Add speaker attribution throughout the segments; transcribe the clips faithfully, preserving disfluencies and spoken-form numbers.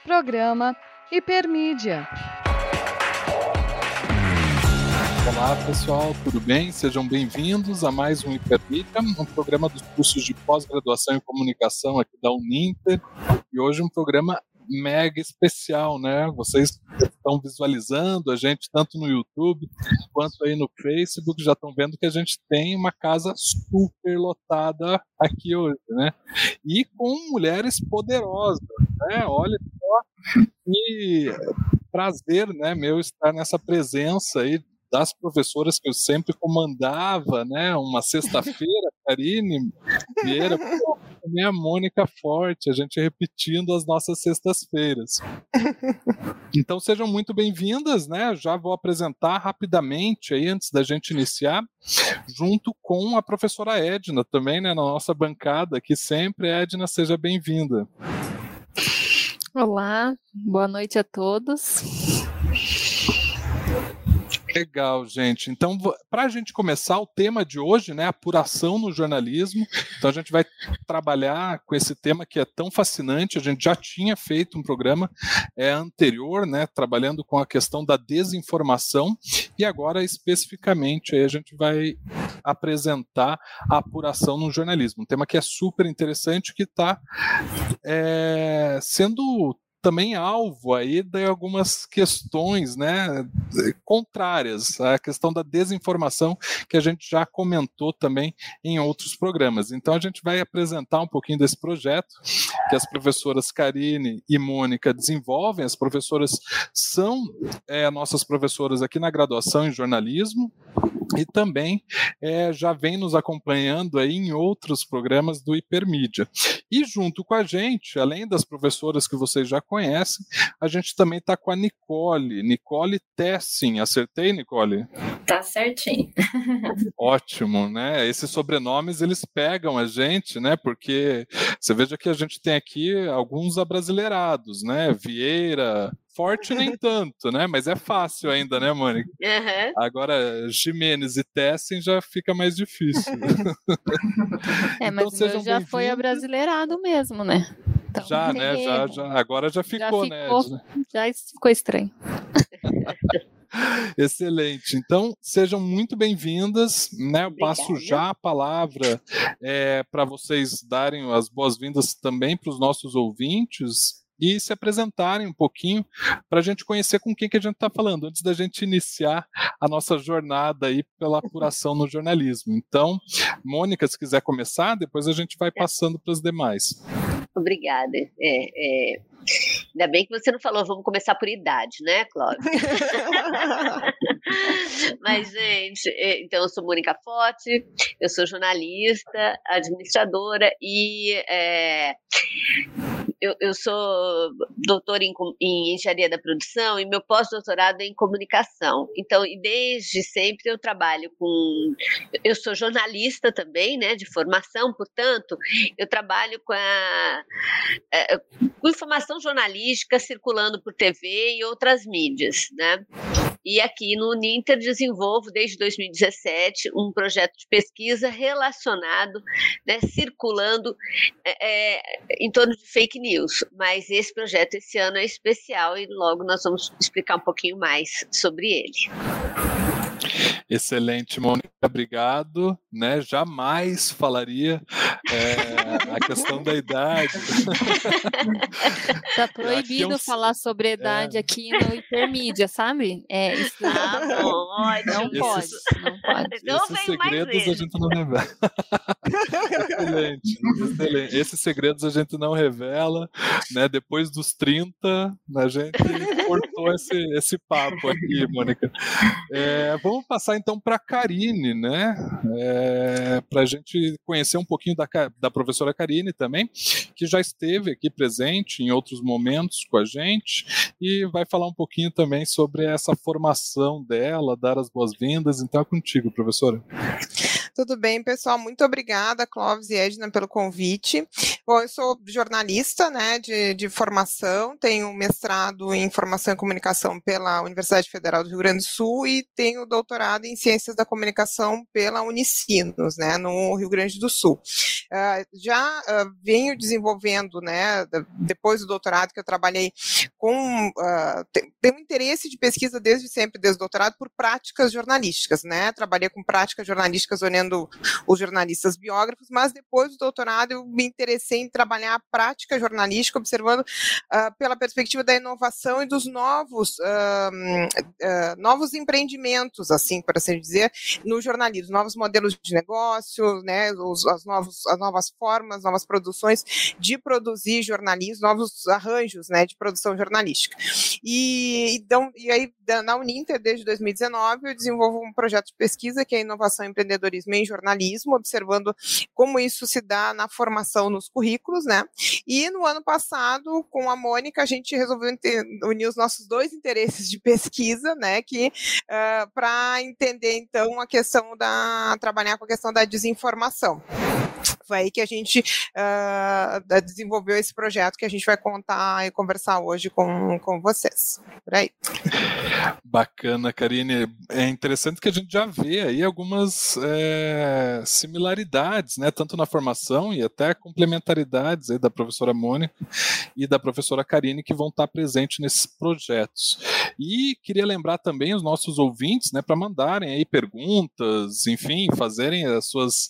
Speaker 1: Programa Hipermídia.
Speaker 2: Olá pessoal, tudo bem? Sejam bem-vindos a mais um Hipermídia, um programa dos cursos de pós-graduação em comunicação aqui da Uninter. E hoje um programa mega especial, né? Vocês estão visualizando a gente tanto no YouTube quanto aí no Facebook, já estão vendo que a gente tem uma casa super lotada aqui hoje, né? E com mulheres poderosas, né? Olha só que prazer, né, meu, estar nessa presença aí das professoras que eu sempre comandava, né, uma sexta-feira, Karine Vieira, também a Mônica Forte, a gente repetindo as nossas sextas-feiras. Então sejam muito bem-vindas, né, já vou apresentar rapidamente aí, antes da gente iniciar, junto com a professora Edna também, né, na nossa bancada aqui sempre. Edna, seja bem-vinda.
Speaker 3: Olá, boa noite a todos.
Speaker 2: Legal, gente. Então, para a gente começar o tema de hoje, né, apuração no jornalismo. Então, a gente vai trabalhar com esse tema que é tão fascinante. A gente já tinha feito um programa é, anterior, né, trabalhando com a questão da desinformação. E agora, especificamente, aí a gente vai apresentar a apuração no jornalismo. Um tema que é super interessante, que está é, sendo também alvo aí de algumas questões, né, contrárias à questão da desinformação, que a gente já comentou também em outros programas. Então a gente vai apresentar um pouquinho desse projeto que as professoras Karine e Mônica desenvolvem. As professoras são é, nossas professoras aqui na graduação em jornalismo, e também é, já vem nos acompanhando aí em outros programas do Hipermídia. E junto com a gente, além das professoras que vocês já conhecem, a gente também está com a Nicole, Nicole Tessin. Acertei, Nicole?
Speaker 4: Tá certinho.
Speaker 2: Ótimo, né? Esses sobrenomes, eles pegam a gente, né? Porque você veja que a gente tem aqui alguns abrasileirados, né? Vieira, Forte nem tanto, né? Mas é fácil ainda, né, Mônica?
Speaker 4: Uhum.
Speaker 2: Agora, Jimenez e Tessin já fica mais difícil.
Speaker 3: É, mas então, o meu já foi abrasileirado mesmo, né?
Speaker 2: Então, já, né? Já, já, agora já ficou,
Speaker 3: já ficou,
Speaker 2: né?
Speaker 3: Já ficou estranho.
Speaker 2: Excelente. Então, sejam muito bem-vindas, né? Eu passo já a palavra é, para vocês darem as boas-vindas também para os nossos ouvintes e se apresentarem um pouquinho para a gente conhecer com quem que a gente está falando, antes da gente iniciar a nossa jornada aí pela apuração no jornalismo. Então, Mônica, se quiser começar, depois a gente vai passando para os demais.
Speaker 4: Obrigada. É, é... Ainda bem que você não falou, vamos começar por idade, né, Cláudia? Mas, gente, então eu sou Mônica Forte, eu sou jornalista, administradora e é, eu, eu sou doutora em, em engenharia da produção e meu pós-doutorado é em comunicação. Então, e desde sempre eu trabalho com... Eu sou jornalista também, né, de formação, portanto, eu trabalho com a... É, com informação jornalística circulando por T V e outras mídias, né? E aqui no Uninter desenvolvo desde dois mil e dezessete um projeto de pesquisa relacionado, né, circulando é, em torno de fake news. Mas esse projeto esse ano é especial e logo nós vamos explicar um pouquinho mais sobre ele.
Speaker 2: Excelente, Mônica, obrigado. Né? Jamais falaria é, a questão da idade.
Speaker 3: Está proibido é um... falar sobre idade é... aqui no Hipermídia, sabe? É, isso
Speaker 4: ah, bom,
Speaker 3: não,
Speaker 4: esses...
Speaker 3: pode, não pode.
Speaker 4: Não
Speaker 2: Esses segredos a gente não revela. Excelente, excelente. Esses segredos a gente não revela. Né? Depois dos trinta, a gente cortou esse, esse papo aqui, Mônica. É, vamos passar então para a Karine, né? É, para a gente conhecer um pouquinho da, da professora Karine também, que já esteve aqui presente em outros momentos com a gente e vai falar um pouquinho também sobre essa formação dela, dar as boas-vindas. Então é contigo, professora.
Speaker 5: Tudo bem, pessoal? Muito obrigada, Clóvis e Edna, pelo convite. Bom, eu sou jornalista, né, de, de formação, tenho mestrado em Informação e Comunicação pela Universidade Federal do Rio Grande do Sul e tenho doutorado em Ciências da Comunicação pela Unicinos, né, no Rio Grande do Sul. Uh, já uh, venho desenvolvendo, né, depois do doutorado que eu trabalhei com, uh, tenho interesse de pesquisa desde sempre, desde o doutorado, por práticas jornalísticas, né, trabalhei com práticas jornalísticas olhando os jornalistas biógrafos, mas depois do doutorado eu me interessei em trabalhar a prática jornalística, observando uh, pela perspectiva da inovação e dos novos, uh, uh, novos empreendimentos, assim, por assim dizer, no jornalismo, novos modelos de negócio, né, os, as, novos, as novas formas, novas produções de produzir jornalismo, novos arranjos, né, de produção jornalística. E, então, e aí, na Uninter, desde dois mil e dezenove, eu desenvolvo um projeto de pesquisa que é Inovação e Empreendedorismo em Jornalismo, observando como isso se dá na formação nos currículos, né? E no ano passado, com a Mônica, a gente resolveu unir os nossos dois interesses de pesquisa, né? Que uh, para entender então a questão da trabalhar com a questão da desinformação. Foi aí que a gente uh, desenvolveu esse projeto que a gente vai contar e conversar hoje com, com vocês. Por aí.
Speaker 2: Bacana, Karine. É interessante que a gente já vê aí algumas é, similaridades, né, tanto na formação e até complementaridades aí da professora Mônica e da professora Karine, que vão estar presentes nesses projetos. E queria lembrar também os nossos ouvintes, né, para mandarem aí perguntas, enfim, fazerem as suas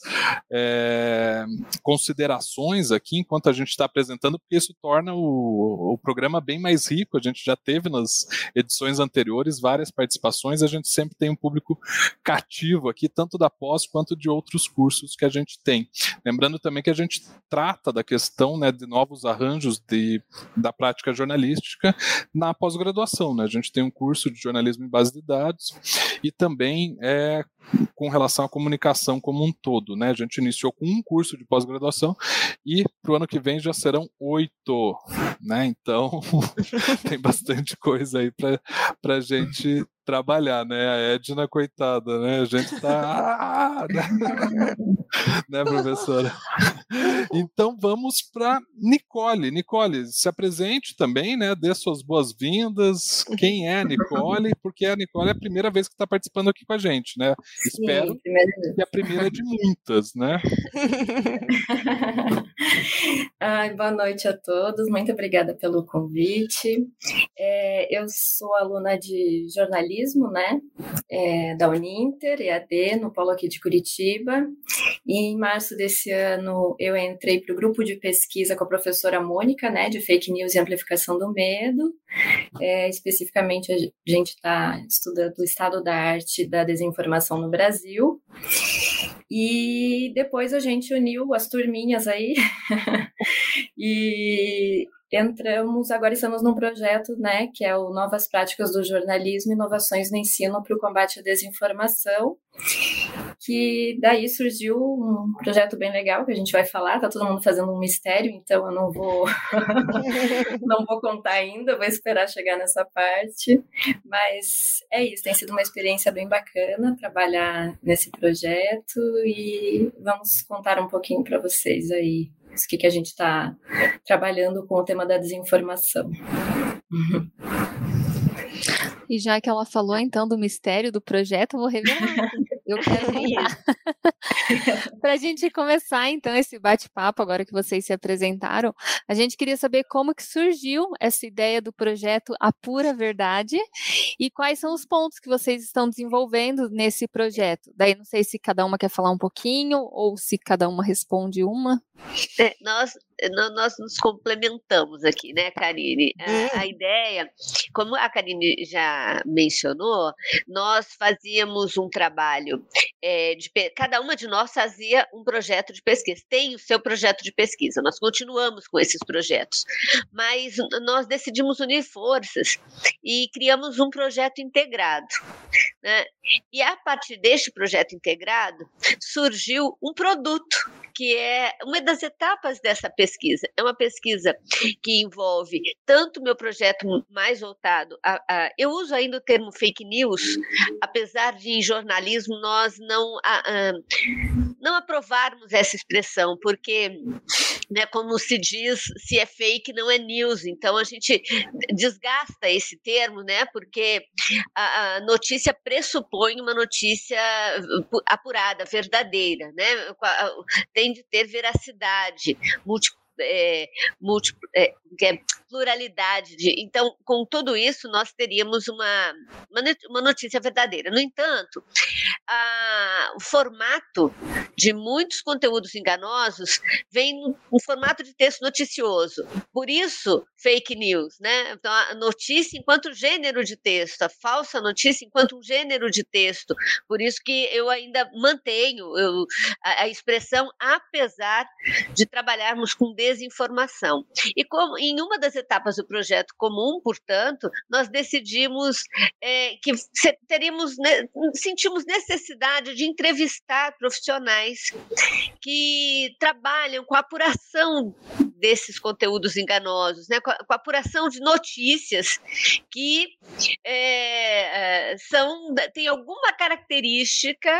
Speaker 2: é, considerações aqui enquanto a gente está apresentando, porque isso torna o, o programa bem mais rico. A gente já teve nas edições anteriores várias participações, a gente sempre tem um público cativo aqui, tanto da pós quanto de outros cursos que a gente tem. Lembrando também que a gente trata da questão, né, de novos arranjos de, da prática jornalística na pós-graduação, né? A gente tem um curso de jornalismo em base de dados e também é, com relação à comunicação como um todo, né? A gente iniciou com um curso de pós-graduação e para o ano que vem já serão oito, né? Então tem bastante coisa aí para a gente trabalhar, né? A Edna, coitada, né? A gente tá... né, professora? Então vamos para Nicole. Nicole, se apresente também, né? Dê suas boas-vindas. Quem é a Nicole? Porque a Nicole é a primeira vez que está participando aqui com a gente, né?
Speaker 6: Sim,
Speaker 2: espero que é a primeira de muitas, né?
Speaker 6: Ai, boa noite a todos, muito obrigada pelo convite. É, eu sou aluna de jornalismo, né, é, da Uninter, E A D, no polo aqui de Curitiba, e em março desse ano eu entrei para o grupo de pesquisa com a professora Mônica, né, de Fake News e Amplificação do Medo. É, especificamente a gente está estudando o estado da arte da desinformação no Brasil. E depois a gente uniu as turminhas aí e entramos, agora estamos num projeto, né, que é o Novas Práticas do Jornalismo e Inovações no Ensino para o Combate à Desinformação, que daí surgiu um projeto bem legal que a gente vai falar, tá todo mundo fazendo um mistério, então eu não vou não vou contar ainda, vou esperar chegar nessa parte, mas é isso, tem sido uma experiência bem bacana trabalhar nesse projeto e vamos contar um pouquinho para vocês aí o que, que a gente está trabalhando com o tema da desinformação. Uhum.
Speaker 3: E já que ela falou, então, do mistério do projeto, eu vou revelar. Eu quero contar. Para a gente começar, então, esse bate-papo, agora que vocês se apresentaram, a gente queria saber como que surgiu essa ideia do projeto A Pura Verdade e quais são os pontos que vocês estão desenvolvendo nesse projeto. Daí, não sei se cada uma quer falar um pouquinho ou se cada uma responde uma.
Speaker 4: É, nós, nós nos complementamos aqui, né, Karine? A, a ideia, como a Karine já mencionou, nós fazíamos um trabalho, é, de, cada uma de nós fazia um projeto de pesquisa, tem o seu projeto de pesquisa, nós continuamos com esses projetos, mas nós decidimos unir forças e criamos um projeto integrado, né? E a partir deste projeto integrado surgiu um produto que é uma das etapas dessa pesquisa. É uma pesquisa que envolve tanto o meu projeto mais voltado a, a... Eu uso ainda o termo fake news, apesar de em jornalismo nós não, a, a, não aprovarmos essa expressão, porque, né, como se diz, se é fake não é news, então a gente desgasta esse termo, né, porque a, a notícia pressupõe uma notícia apurada, verdadeira, né, tem de ter veracidade, múltipla, é, múltipla, é, é, pluralidade. De, então, com tudo isso, nós teríamos uma, uma notícia verdadeira. No entanto, a, o formato de muitos conteúdos enganosos vem no, no formato de texto noticioso. Por isso, fake news, né? Então, a notícia enquanto gênero de texto, a falsa notícia enquanto um gênero de texto. Por isso que eu ainda mantenho eu, a, a expressão, apesar de trabalharmos com desinformação. E como em uma das etapas do projeto comum, portanto, nós decidimos é, que teríamos, né, sentimos necessidade de entrevistar profissionais que trabalham com a apuração desses conteúdos enganosos, né, com, a, com a apuração de notícias que é, são, tem alguma característica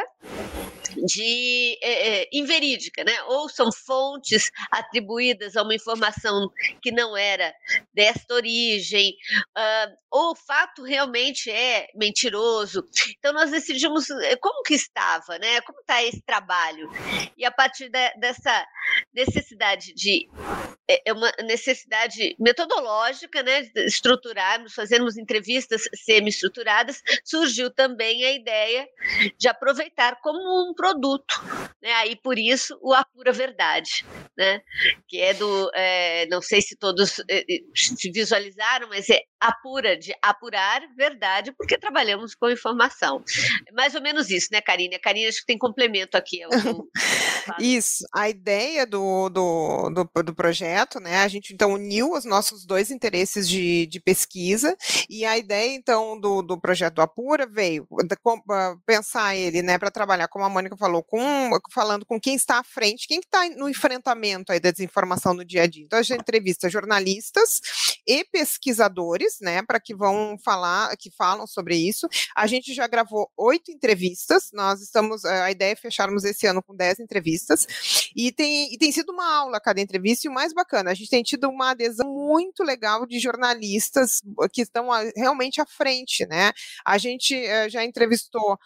Speaker 4: de é, é, inverídica, né? Ou são fontes atribuídas a uma informação que não era desta origem, uh, ou o fato realmente é mentiroso. Então nós decidimos como que estava, né? Como está esse trabalho? E a partir de, dessa necessidade de é uma necessidade metodológica, né, de estruturarmos, fazermos entrevistas semi-estruturadas, surgiu também a ideia de aproveitar como um produto, né, aí por isso o Apura Verdade, né, que é do, é, não sei se todos é, se visualizaram, mas é apura, de apurar verdade, porque trabalhamos com informação. É mais ou menos isso, né, Karine? A Karine acho que tem complemento aqui. Eu, eu
Speaker 5: isso, a ideia do, do, do, do projeto, né, a gente então uniu os nossos dois interesses de, de pesquisa, e a ideia então do, do projeto do Apura veio de, com, pensar ele, né, para trabalhar, como a Mônica falou, com, falando com quem está à frente, quem está no enfrentamento aí da desinformação no dia a dia. Então a gente entrevista jornalistas e pesquisadores, né, para que vão falar, que falam sobre isso. A gente já gravou oito entrevistas, nós estamos, a ideia é fecharmos esse ano com dez entrevistas, e tem, e tem sido uma aula cada entrevista, e o mais bacana, a gente tem tido uma adesão muito legal de jornalistas que estão realmente à frente, né, a gente uh, já entrevistou, uh,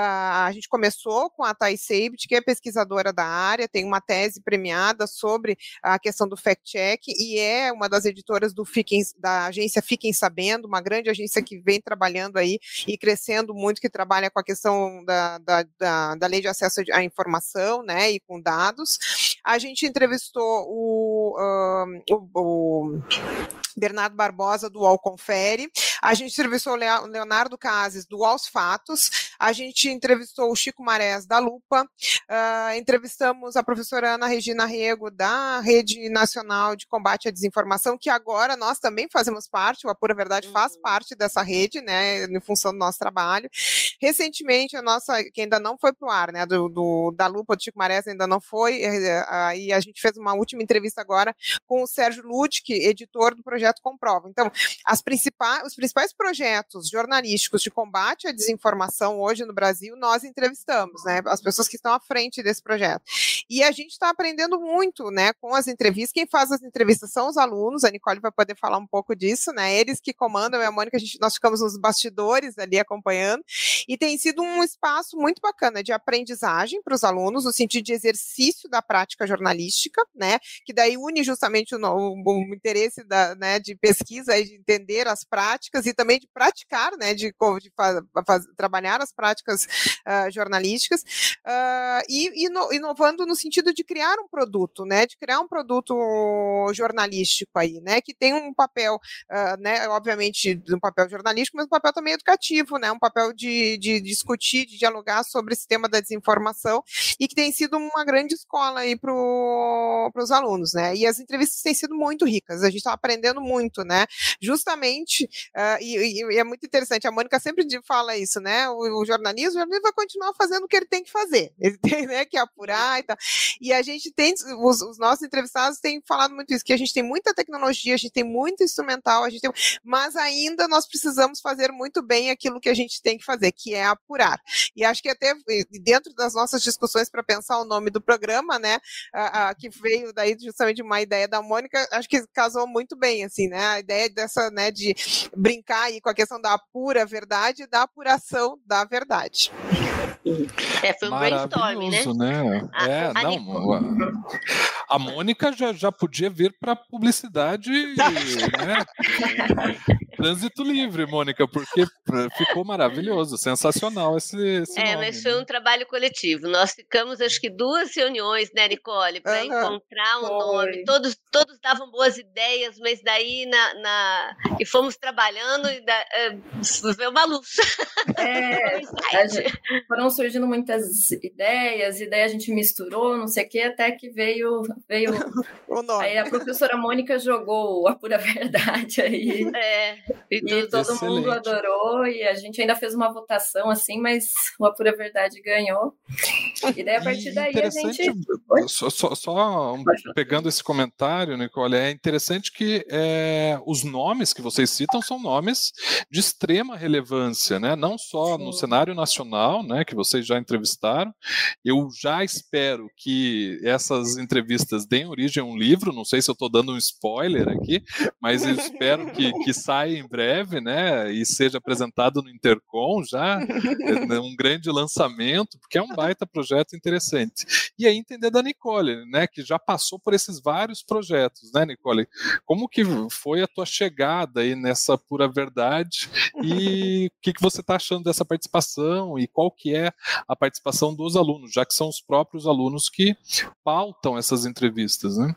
Speaker 5: a gente começou com a Thais Seibert, que é pesquisadora da área, tem uma tese premiada sobre a questão do fact-check, e é uma das editoras do Fiquem, da agência Fiquem Sabendo, uma grande agência que vem trabalhando aí e crescendo muito, que trabalha com a questão da, da, da, da lei de acesso à informação, né, e com dados. A gente entrevistou o, um, o, o Bernardo Barbosa, do U O L Confere, a gente entrevistou o Leonardo Cases, do Aos Fatos, a gente entrevistou o Chico Marés, da Lupa, uh, entrevistamos a professora Ana Regina Rego, da Rede Nacional de Combate à Desinformação, que agora nós também fazemos parte, o Apura Verdade faz parte dessa rede, né, em função do nosso trabalho. Recentemente, a nossa, que ainda não foi para o ar, né, do, do, da Lupa, do Chico Marés ainda não foi, aí a gente fez uma última entrevista agora com o Sérgio Ludwig, editor do projeto Comprova. Então, as principais, os principais projetos jornalísticos de combate à desinformação hoje no Brasil, nós entrevistamos, né, as pessoas que estão à frente desse projeto. E a gente está aprendendo muito, né, com as entrevistas. Quem faz as entrevistas são os alunos, a Nicole vai poder falar um pouco disso, né, eles que comandam, eu e a Mônica, a gente, nós ficamos nos bastidores ali acompanhando, e tem sido um espaço muito bacana de aprendizagem para os alunos, no sentido de exercício da prática jornalística, né, que daí une justamente o, o, o interesse da, né, de pesquisa e de entender as práticas e também de praticar, né, de, de faz, faz, trabalhar as práticas uh, jornalísticas, uh, e ino, inovando no sentido de criar um produto, né, de criar um produto jornalístico aí, né, que tem um papel, uh, né, obviamente um papel jornalístico, mas um papel também educativo, né, um papel de, de discutir, de dialogar sobre esse tema da desinformação, e que tem sido uma grande escola aí para os alunos, né, e as entrevistas têm sido muito ricas, a gente está aprendendo fazendo muito, né? Justamente, uh, e, e é muito interessante, a Mônica sempre fala isso, né? O, o jornalismo, o jornalismo vai continuar fazendo o que ele tem que fazer, ele tem, né, que apurar e tal. E a gente tem, os, os nossos entrevistados têm falado muito isso, que a gente tem muita tecnologia, a gente tem muito instrumental, a gente tem, mas ainda nós precisamos fazer muito bem aquilo que a gente tem que fazer, que é apurar. E acho que até dentro das nossas discussões para pensar o nome do programa, né, a, a, que veio daí justamente de uma ideia da Mônica, acho que casou muito bem, assim, né, a ideia dessa, né, de brincar aí com a questão da pura verdade e da apuração da verdade.
Speaker 4: É, foi um brainstorming, né?
Speaker 2: né?
Speaker 4: A,
Speaker 2: é,
Speaker 4: a
Speaker 2: não,
Speaker 4: Nicole...
Speaker 2: a, a Mônica já, já podia vir para publicidade, né? Trânsito livre, Mônica, porque ficou maravilhoso, sensacional esse, esse
Speaker 4: É,
Speaker 2: nome,
Speaker 4: mas foi
Speaker 2: né?
Speaker 4: um trabalho coletivo. Nós ficamos, acho que, duas reuniões, né, Nicole, para
Speaker 5: Uhum.
Speaker 4: encontrar um
Speaker 6: Foi.
Speaker 4: nome. Todos, todos davam boas ideias, mas daí na, na... e fomos trabalhando e da... veio uma luz.
Speaker 6: É, a gente, foram surgindo muitas ideias, e daí a gente misturou, não sei o que, até que veio, veio
Speaker 5: O nome.
Speaker 6: aí a professora Mônica jogou a pura verdade aí.
Speaker 4: É, e,
Speaker 6: E
Speaker 4: tudo...
Speaker 6: todo
Speaker 2: Excelente.
Speaker 6: mundo adorou, e a gente ainda fez uma votação assim, mas a pura verdade ganhou. E daí a partir
Speaker 2: E
Speaker 6: daí a
Speaker 2: interessante,
Speaker 6: gente...
Speaker 2: só, só, só um, pegando esse comentário, Nicole, é interessante que é, os nomes que vocês citam são nomes de extrema relevância, né? Não só
Speaker 6: Sim.
Speaker 2: no cenário nacional, né, que vocês já entrevistaram. Eu já espero que essas entrevistas deem origem a um livro, não sei se eu estou dando um spoiler aqui, mas eu espero que, que saia em breve, né, e seja apresentado no Intercom já, é, um grande lançamento, porque é um baita projeto interessante. E aí entender da Nicole, né, que já passou por esses vários projetos, né, Nicole? Como que foi a tua chegada aí nessa pura verdade e o que, que você está achando dessa participação e qual que é a participação dos alunos, já que são os próprios alunos que pautam essas entrevistas, né?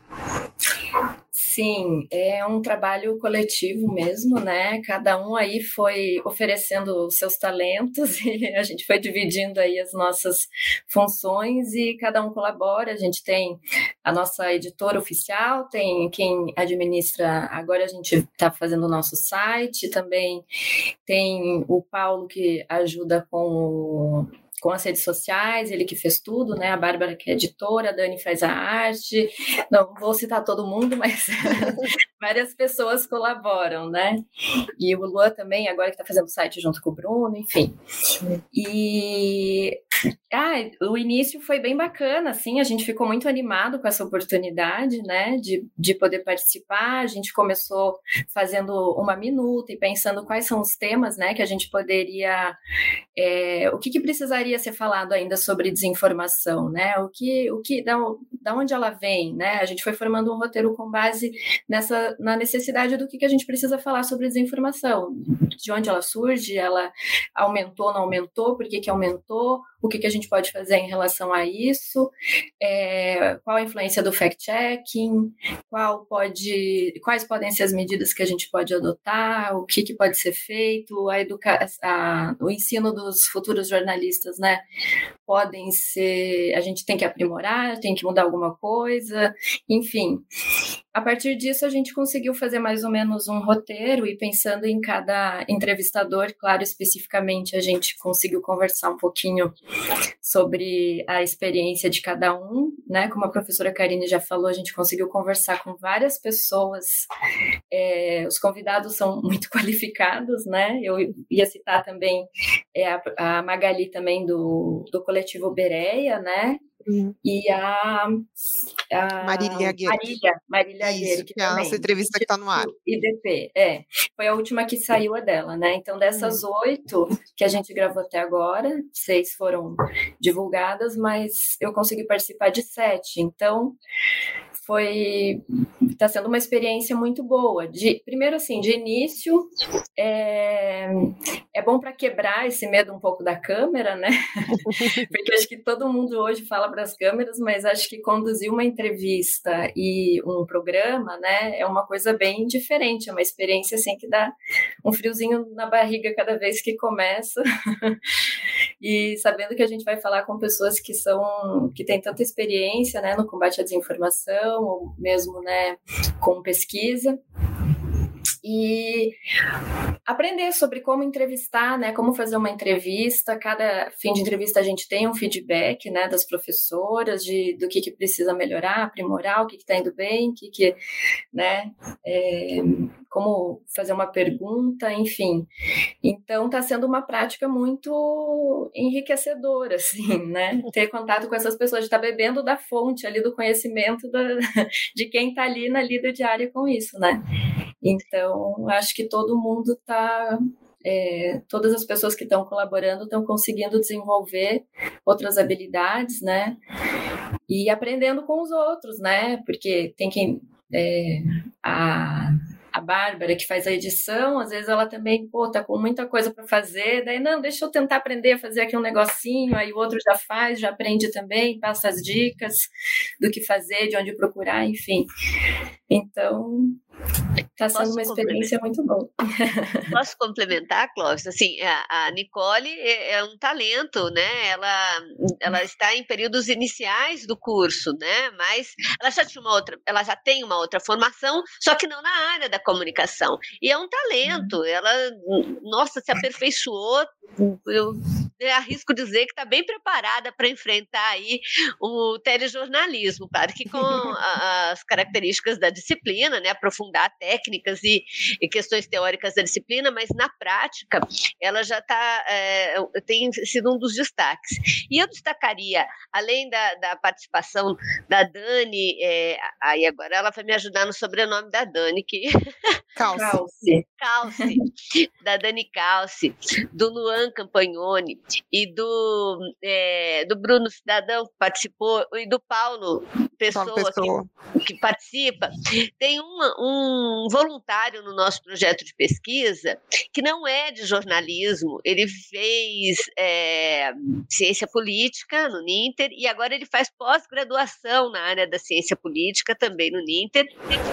Speaker 6: Sim, é um trabalho coletivo mesmo, né? Cada um aí foi oferecendo os seus talentos e a gente foi dividindo aí as nossas funções e cada um colabora. A gente tem a nossa editora oficial, tem quem administra, agora a gente está fazendo o nosso site, também tem o Paulo que ajuda com o com as redes sociais, ele que fez tudo, né? A Bárbara que é editora, a Dani faz a arte. Não vou citar todo mundo, mas várias pessoas colaboram, né? E o Luan também, agora que está fazendo o site junto com o Bruno, enfim. E ah, o início foi bem bacana, assim, a gente ficou muito animado com essa oportunidade, né? De, de poder participar. A gente começou fazendo uma minuta e pensando quais são os temas, né? Que a gente poderia... É, o que, que precisaria ser falado ainda sobre desinformação, né? O que, o que, da, da onde ela vem, né? A gente foi formando um roteiro com base nessa, na necessidade do que, que a gente precisa falar sobre desinformação, de onde ela surge, ela aumentou, não aumentou, por que, que aumentou, o que, que a gente pode fazer em relação a isso, é, qual a influência do fact-checking, qual pode, quais podem ser as medidas que a gente pode adotar, o que, que pode ser feito, a educa- a, o ensino dos futuros jornalistas, né? Podem ser, a gente tem que aprimorar, tem que mudar alguma coisa, enfim. A partir disso, a gente conseguiu fazer mais ou menos um roteiro e pensando em cada entrevistador, claro, especificamente, a gente conseguiu conversar um pouquinho sobre a experiência de cada um, né? Como a professora Karine já falou, a gente conseguiu conversar com várias pessoas, é, os convidados são muito qualificados, né? Eu ia citar também é, a, a Magali também do, do coletivo Bereia, né? Uhum. E a, a
Speaker 5: Marília Aguirre.
Speaker 6: Marília, Marília Aguirre, que
Speaker 5: é a nossa entrevista que está no ar.
Speaker 6: I D P, é. Foi a última que saiu a dela, né? Então, dessas oito que a gente gravou até agora, seis foram divulgadas, mas eu consegui participar de sete. Então, foi... Está sendo uma experiência muito boa. De, primeiro, assim, de início, é, é bom para quebrar esse medo um pouco da câmera, né? Porque acho que todo mundo hoje fala para as câmeras, mas acho que conduzir uma entrevista e um programa, né, é uma coisa bem diferente, é uma experiência assim que dá um friozinho na barriga cada vez que começa. E sabendo que a gente vai falar com pessoas que são, que têm tanta experiência, né, no combate à desinformação, ou mesmo, né, com pesquisa. e aprender sobre como entrevistar, né, como fazer uma entrevista. Cada fim de entrevista a gente tem um feedback, né, das professoras de, do que, que precisa melhorar, aprimorar, o que está indo bem, o que, que, né, é, como fazer uma pergunta, enfim. Então está sendo uma prática muito enriquecedora, assim, né, ter contato com essas pessoas, de estar bebendo da fonte ali do conhecimento da, de quem está ali na lida diária com isso, né. Então, acho que todo mundo está, é, todas as pessoas que estão colaborando estão conseguindo desenvolver outras habilidades, né? E aprendendo com os outros, né? Porque tem quem... É, a... A Bárbara, que faz a edição, às vezes ela também, pô, tá com muita coisa para fazer, daí, não, deixa eu tentar aprender a fazer aqui um negocinho, aí o outro já faz, já aprende também, passa as dicas do que fazer, de onde procurar, enfim. Então, está sendo uma experiência muito boa.
Speaker 4: Posso complementar, Clóvis? Assim, a, a Nicole é, é um talento, né? Ela, ela está em períodos iniciais do curso, né? Mas ela já tinha uma outra, ela já tem uma outra formação, só que não na área da comunicação. E é um talento. Ela, nossa, se aperfeiçoou. Eu arrisco dizer que está bem preparada para enfrentar aí o telejornalismo, claro que com a, as características da disciplina, né? Aprofundar técnicas e, e questões teóricas da disciplina, mas na prática ela já tá, é, tem sido um dos destaques. E eu destacaria, além da, da participação da Dani, é, aí agora ela vai me ajudar no sobrenome da Dani, que...
Speaker 5: Calci.
Speaker 4: Calci, da Dani Calci, do Luan Campagnoni e do, é, do Bruno Cidadão, que participou, e do Paulo Pessoa,
Speaker 5: Pessoa.
Speaker 4: Que, que participa. Tem uma, um voluntário no nosso projeto de pesquisa que não é de jornalismo, ele fez é, ciência política no Ninter e agora ele faz pós-graduação na área da ciência política também no Ninter.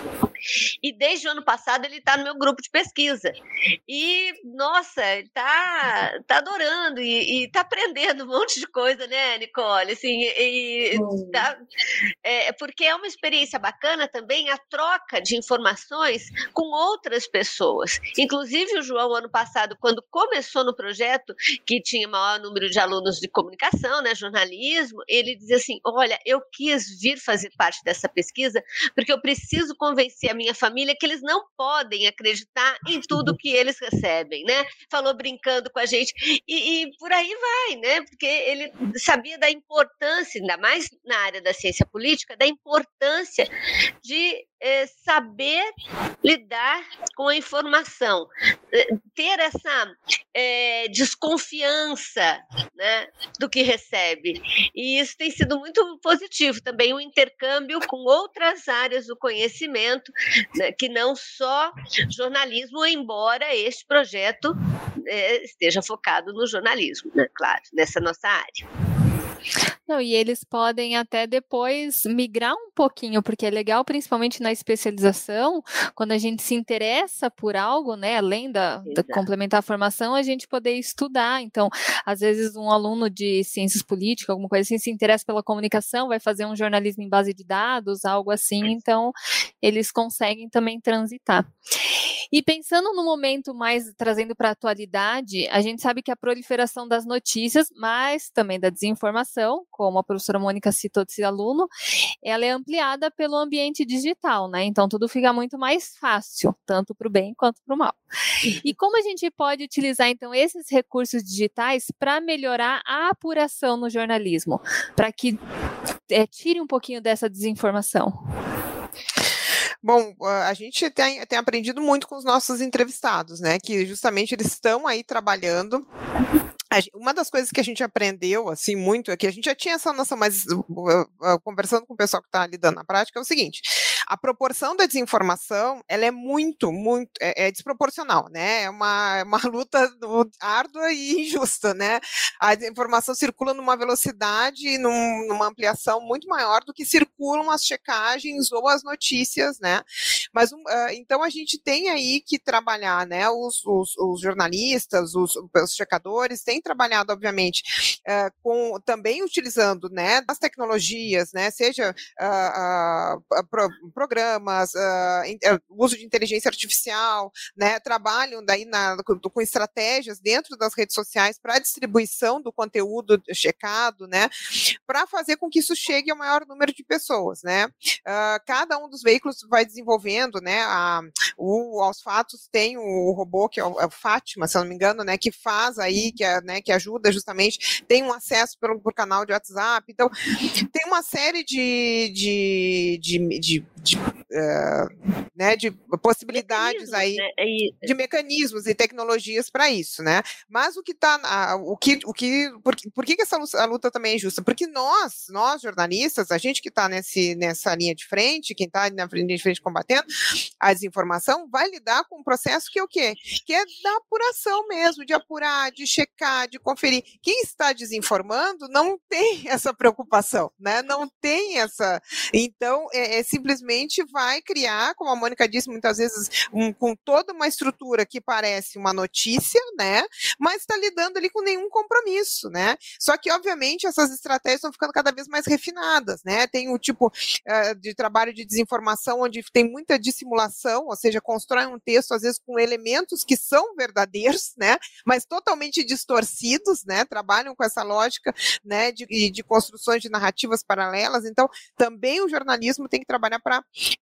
Speaker 4: E desde o ano passado ele está no meu grupo de pesquisa. E, nossa, ele está tá adorando e está aprendendo um monte de coisa, né, Nicole? Assim, e, e tá, é, porque é uma experiência bacana também a troca de informações com outras pessoas. Inclusive o João, ano passado, quando começou no projeto, que tinha maior número de alunos de comunicação, né, jornalismo, ele dizia assim, olha, eu quis vir fazer parte dessa pesquisa porque eu preciso convencer a minha família que eles não podem acreditar em tudo que eles recebem, né? Falou brincando com a gente e, e por aí vai, né? Porque ele sabia da importância, ainda mais na área da ciência política, da importância de é, saber lidar com a informação, ter essa é, desconfiança, né, do que recebe. E isso tem sido muito positivo também, o intercâmbio com outras áreas do conhecimento, né, que não só jornalismo, embora este projeto é, esteja focado no jornalismo, né, claro, nessa nossa área.
Speaker 3: Não, e eles podem até depois migrar um pouquinho, porque é legal, principalmente na especialização, quando a gente se interessa por algo, né, além da, da complementar a formação, a gente poder estudar. Então, às vezes um aluno de ciências políticas, alguma coisa assim, se interessa pela comunicação, vai fazer um jornalismo em base de dados, algo assim, então eles conseguem também transitar. E pensando no momento mais, trazendo para a atualidade, a gente sabe que a proliferação das notícias, mas também da desinformação, como a professora Mônica citou desse aluno, ela é ampliada pelo ambiente digital, né? Então tudo fica muito mais fácil, tanto para o bem quanto para o mal. E como a gente pode utilizar, então, esses recursos digitais para melhorar a apuração no jornalismo, para que é, tire um pouquinho dessa desinformação?
Speaker 5: Bom, a gente tem, tem aprendido muito com os nossos entrevistados, né? Que justamente eles estão aí trabalhando. Uma das coisas que a gente aprendeu, assim, muito, é que a gente já tinha essa noção, mas uh, uh, conversando com o pessoal que está lidando na prática, é o seguinte, a proporção da desinformação, ela é muito, muito, é, é desproporcional, né, é uma, é uma luta árdua e injusta, né, a desinformação circula numa velocidade, num, numa ampliação muito maior do que circulam as checagens ou as notícias, né, mas, uh, então a gente tem aí que trabalhar, né, os, os, os jornalistas, os, os checadores, tem tem trabalhado, obviamente, uh, com, também utilizando, né, as tecnologias, né, seja uh, uh, pro, programas, uh, in, uh, uso de inteligência artificial, né, trabalham daí na, com, com estratégias dentro das redes sociais para a distribuição do conteúdo checado, né, para fazer com que isso chegue ao maior número de pessoas, né. Uh, cada um dos veículos vai desenvolvendo, né, a, o, aos fatos tem o robô que é o, é o Fátima, se eu não me engano, né, que faz aí, que, é, né, que ajuda justamente, tem um acesso por, por canal de WhatsApp, então tem uma série de, de, de, de, de, uh, né, de possibilidades aí, né? De mecanismos e tecnologias para isso, né, mas o que está, o que, o que, por, por que, que essa luta, a luta também é justa? Porque nós, nós jornalistas, a gente que está nessa linha de frente, quem está na linha de frente combatendo a desinformação, vai lidar com um processo que é o quê? Que é da apuração mesmo, de apurar, de checar, de conferir. Quem está desinformando não tem essa preocupação, né? Não tem essa... Então, é, é simplesmente vai criar, como a Mônica disse muitas vezes, um, com toda uma estrutura que parece uma notícia, né? Mas está lidando ali com nenhum compromisso, né? Só que, obviamente, essas estratégias estão ficando cada vez mais refinadas, né? Tem o tipo uh, de trabalho de desinformação onde tem muita dissimulação, ou seja, constrói um texto, às vezes, com elementos que são verdadeiros, né? Mas totalmente distorcidos, né? Trabalham com essa lógica, né? De, de construções de narrativas paralelas. Então, também o jornalismo tem que trabalhar para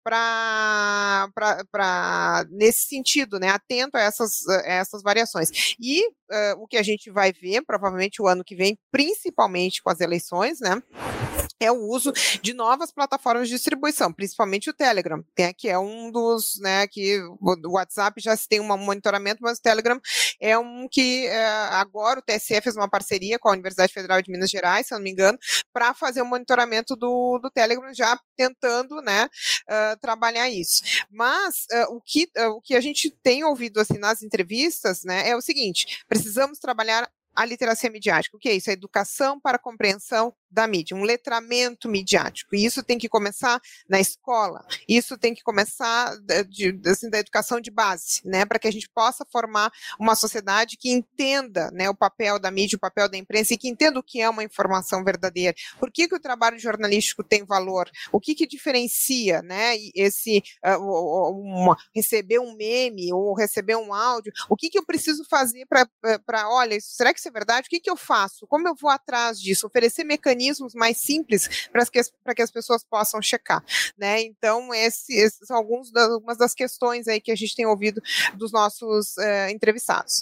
Speaker 5: para nesse sentido, né? Atento a essas, a essas variações. E uh, o que a gente vai ver, provavelmente o ano que vem, principalmente com as eleições, né? É o uso de novas plataformas de distribuição, principalmente o Telegram, né, que é um dos, né, que o WhatsApp já se tem um monitoramento, mas o Telegram é um que é, agora o T S E fez uma parceria com a Universidade Federal de Minas Gerais, se eu não me engano, para fazer o monitoramento do, do Telegram, já tentando, né, uh, trabalhar isso. Mas uh, o, que, uh, o que a gente tem ouvido assim, nas entrevistas, né, é o seguinte: precisamos trabalhar a literacia midiática. O que é isso? A educação para a compreensão da mídia, um letramento midiático. E isso tem que começar na escola, isso tem que começar de, de, assim, da educação de base, né, para que a gente possa formar uma sociedade que entenda, né, o papel da mídia, o papel da imprensa e que entenda o que é uma informação verdadeira. Por que que o trabalho jornalístico tem valor? O que que diferencia, né, esse uh, uma, receber um meme ou receber um áudio? O que que eu preciso fazer para, para olha, será que isso é verdade? O que que eu faço? Como eu vou atrás disso? Oferecer mecanismos mais simples para que, que as pessoas possam checar, né? Então, esse, esses são alguns das, algumas das questões aí que a gente tem ouvido dos nossos uh, entrevistados.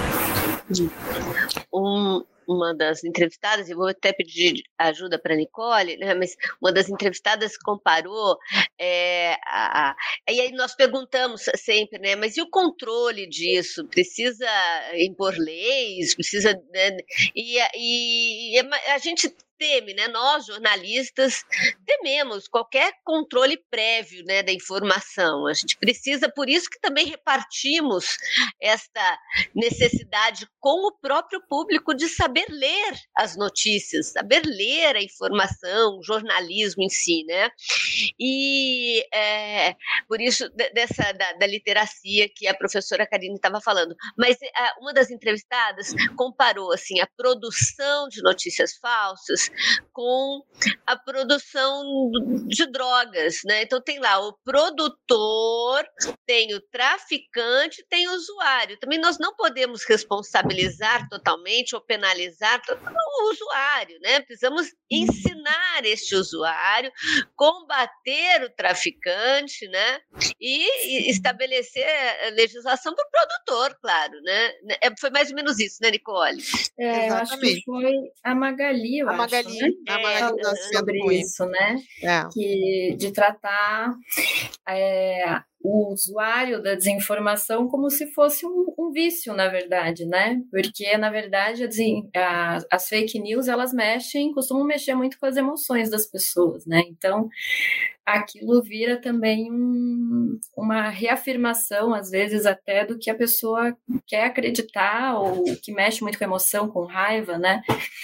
Speaker 4: Um... Uma das entrevistadas, eu vou até pedir ajuda para a Nicole, né, mas uma das entrevistadas comparou, é, a, a, e aí nós perguntamos sempre, né, mas e o controle disso? Precisa impor leis? Precisa, né, e, e, e a gente teme, né? Nós, jornalistas, tememos qualquer controle prévio, né, da informação. A gente precisa, por isso que também repartimos esta necessidade com o próprio público de saber ler as notícias, saber ler a informação, o jornalismo em si, né? E é, por isso, dessa, da, da literacia que a professora Karine estava falando. Mas a, uma das entrevistadas comparou, assim, a produção de notícias falsas com a produção de drogas, né? Então tem lá o produtor, tem o traficante, tem o usuário. Também nós não podemos responsabilizar totalmente ou penalizar o usuário, né? Precisamos ensinar este usuário, combater o traficante, né? E estabelecer legislação para o produtor, claro, né? Foi mais ou menos isso, né, Nicole?
Speaker 6: É, eu acho que foi a Magali, eu
Speaker 5: a
Speaker 6: acho,
Speaker 5: Magali,
Speaker 6: né?
Speaker 5: a Magali
Speaker 6: é, sobre isso, né?
Speaker 5: É.
Speaker 6: Que, de tratar é, o usuário da desinformação como se fosse um, um vício, na verdade, né? Porque, na verdade, a, a, as fake news, elas mexem, costumam mexer muito com as emoções das pessoas, né? Então, aquilo vira também um, uma reafirmação, às vezes até, do que a pessoa quer acreditar, ou que mexe muito com a emoção, com raiva, né?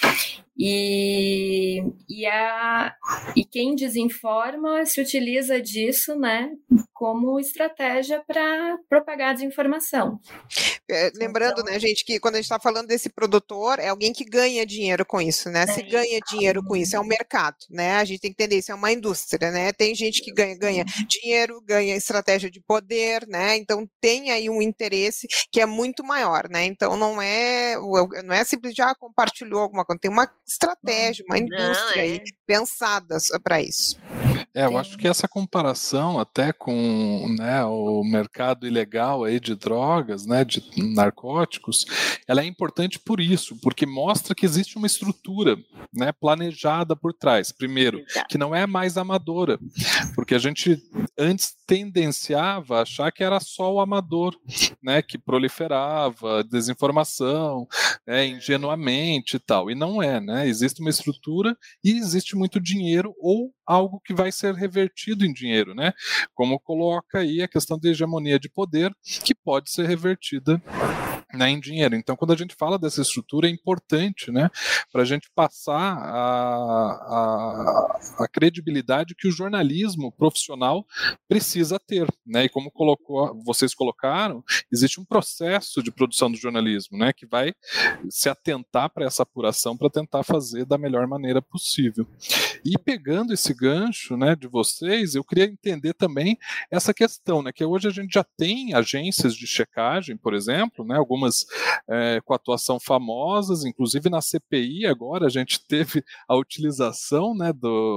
Speaker 6: E, e, a, e quem desinforma se utiliza disso, né, como estratégia para propagar a desinformação.
Speaker 5: É, lembrando, então, né, gente, que quando a gente está falando desse produtor, é alguém que ganha dinheiro com isso, né? Se ganha dinheiro com isso, é um mercado, né? A gente tem que entender, isso é uma indústria, né? Tem gente que ganha, ganha dinheiro, ganha estratégia de poder, né? Então tem aí um interesse que é muito maior, né? Então não é, não é simplesmente já ah, compartilhou alguma coisa, tem uma estratégia, uma indústria não, é. aí pensada para isso.
Speaker 2: É, eu acho que essa comparação até com, né, o mercado ilegal aí de drogas, né, de narcóticos, ela é importante por isso, porque mostra que existe uma estrutura, né, planejada por trás. Primeiro, que não é mais amadora, porque a gente antes tendenciava a achar que era só o amador, né, que proliferava desinformação, né, ingenuamente e tal, e não é, né, existe uma estrutura e existe muito dinheiro ou algo que vai ser revertido em dinheiro, né? Como coloca aí a questão da hegemonia de poder, que pode ser revertida, né, em dinheiro. Então, quando a gente fala dessa estrutura, é importante, né, para a gente passar a, a, a credibilidade que o jornalismo profissional precisa ter, né, e como colocou, vocês colocaram, existe um processo de produção do jornalismo, né, que vai se atentar para essa apuração para tentar fazer da melhor maneira possível. E pegando esse gancho, né, de vocês, eu queria entender também essa questão, né, que hoje a gente já tem agências de checagem, por exemplo, né, algumas é, com atuação famosas, inclusive na C P I agora a gente teve a utilização, né,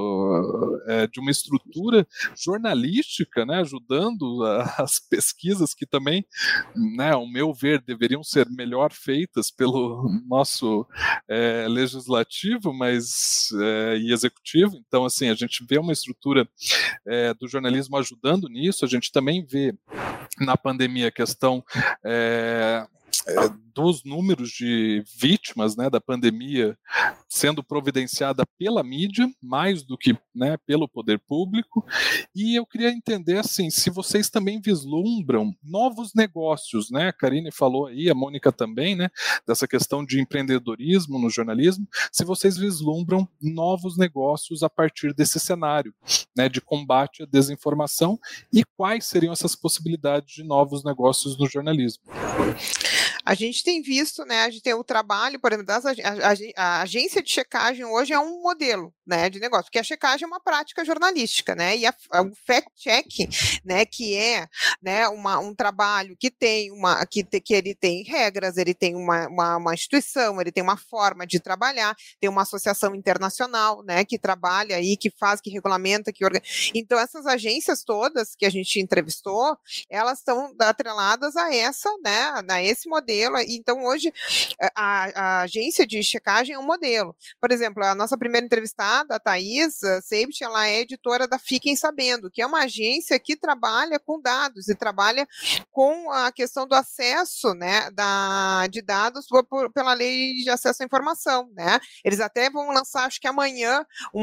Speaker 2: do, é, de uma estrutura jornalística, né, ajudando a, as pesquisas que também, né, ao meu ver, deveriam ser melhor feitas pelo nosso é, legislativo mas, é, e executivo. Então, assim, a gente vê uma estrutura é, do jornalismo ajudando nisso, a gente também vê na pandemia a questão é, É, dos números de vítimas, né, da pandemia sendo providenciada pela mídia, mais do que, né, pelo poder público, e eu queria entender, assim, se vocês também vislumbram novos negócios, né, a Karine falou aí, a Mônica também, né, dessa questão de empreendedorismo no jornalismo, se vocês vislumbram novos negócios a partir desse cenário, né, de combate à desinformação, e quais seriam essas possibilidades de novos negócios no jornalismo?
Speaker 5: A gente tem visto, né, a gente tem o trabalho, por exemplo, das, a, a, a agência de checagem hoje é um modelo, né, de negócio, porque a checagem é uma prática jornalística, né, e a, a, o fact-checking, né, que é, né, uma, um trabalho que tem uma, que, que ele tem regras, ele tem uma, uma, uma instituição, ele tem uma forma de trabalhar, tem uma associação internacional, né, que trabalha aí, que faz, que regulamenta, que organiza. Então, essas agências todas que a gente entrevistou, elas estão atreladas a essa, né, a esse modelo. Então, hoje, a, a agência de checagem é um modelo. Por exemplo, a nossa primeira entrevistada, a Thaís Seibt, ela é editora da Fiquem Sabendo, que é uma agência que trabalha com dados e trabalha com a questão do acesso, né, da, de dados por, pela lei de acesso à informação, né? Eles até vão lançar, acho que amanhã,